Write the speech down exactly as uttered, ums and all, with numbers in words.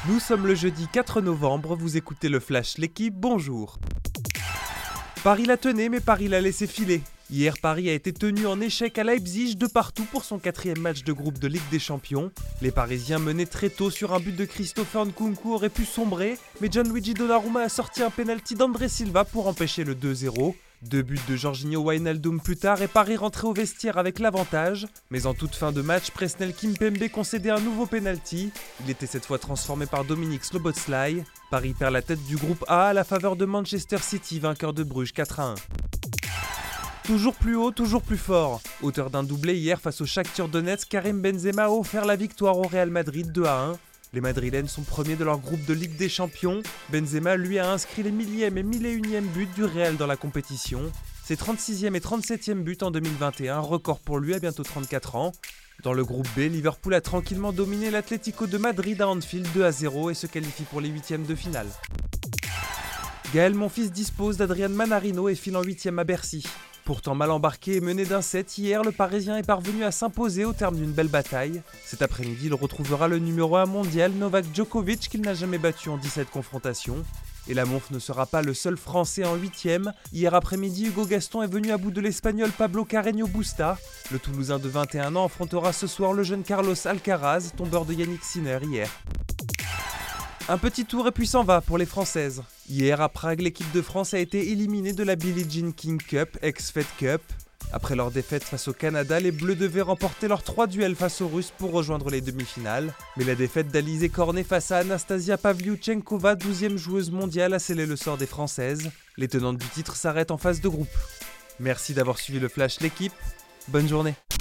Nous sommes le jeudi quatre novembre, vous écoutez le Flash L'équipe, bonjour. Paris la tenait, mais Paris l'a laissé filer. Hier, Paris a été tenu en échec à Leipzig de partout pour son quatrième match de groupe de Ligue des Champions. Les Parisiens menaient très tôt sur un but de Christopher Nkunku auraient pu sombrer, mais Gianluigi Donnarumma a sorti un pénalty d'André Silva pour empêcher le deux zéro. Deux buts de Jorginho Wijnaldum plus tard et Paris rentrait au vestiaire avec l'avantage. Mais en toute fin de match, Presnel Kimpembe concédait un nouveau pénalty. Il était cette fois transformé par Dominique Szoboszlai. Paris perd la tête du groupe A à la faveur de Manchester City, vainqueur de Bruges quatre à un. Toujours plus haut, toujours plus fort. Auteur d'un doublé hier face au Shakhtar Donetsk, Karim Benzema a offert la victoire au Real Madrid deux à un. Les Madrilènes sont premiers de leur groupe de Ligue des Champions. Benzema lui a inscrit les millième et mille et unième buts du Real dans la compétition. C'est trente-sixième et trente-septième but en deux mille vingt et un, record pour lui à bientôt trente-quatre ans. Dans le groupe B, Liverpool a tranquillement dominé l'Atlético de Madrid à Anfield deux à zéro et se qualifie pour les huitièmes de finale. Gaël Monfils dispose d'Adrian Manarino et file en huitième à Bercy. Pourtant mal embarqué et mené d'un set, hier, le Parisien est parvenu à s'imposer au terme d'une belle bataille. Cet après-midi, il retrouvera le numéro un mondial Novak Djokovic qu'il n'a jamais battu en dix-sept confrontations. Et la Monf ne sera pas le seul Français en huitième. Hier après-midi, Hugo Gaston est venu à bout de l'Espagnol Pablo Carreño Busta. Le Toulousain de vingt et un ans affrontera ce soir le jeune Carlos Alcaraz, tombeur de Yannick Sinner hier. Un petit tour et puis s'en va pour les Françaises. Hier à Prague, l'équipe de France a été éliminée de la Billie Jean King Cup, ex-Fed Cup. Après leur défaite face au Canada, les Bleus devaient remporter leurs trois duels face aux Russes pour rejoindre les demi-finales. Mais la défaite d'Alizé Cornet face à Anastasia Pavlyuchenkova, douzième joueuse mondiale, a scellé le sort des Françaises. Les tenantes du titre s'arrêtent en phase de groupe. Merci d'avoir suivi le Flash L'équipe. Bonne journée.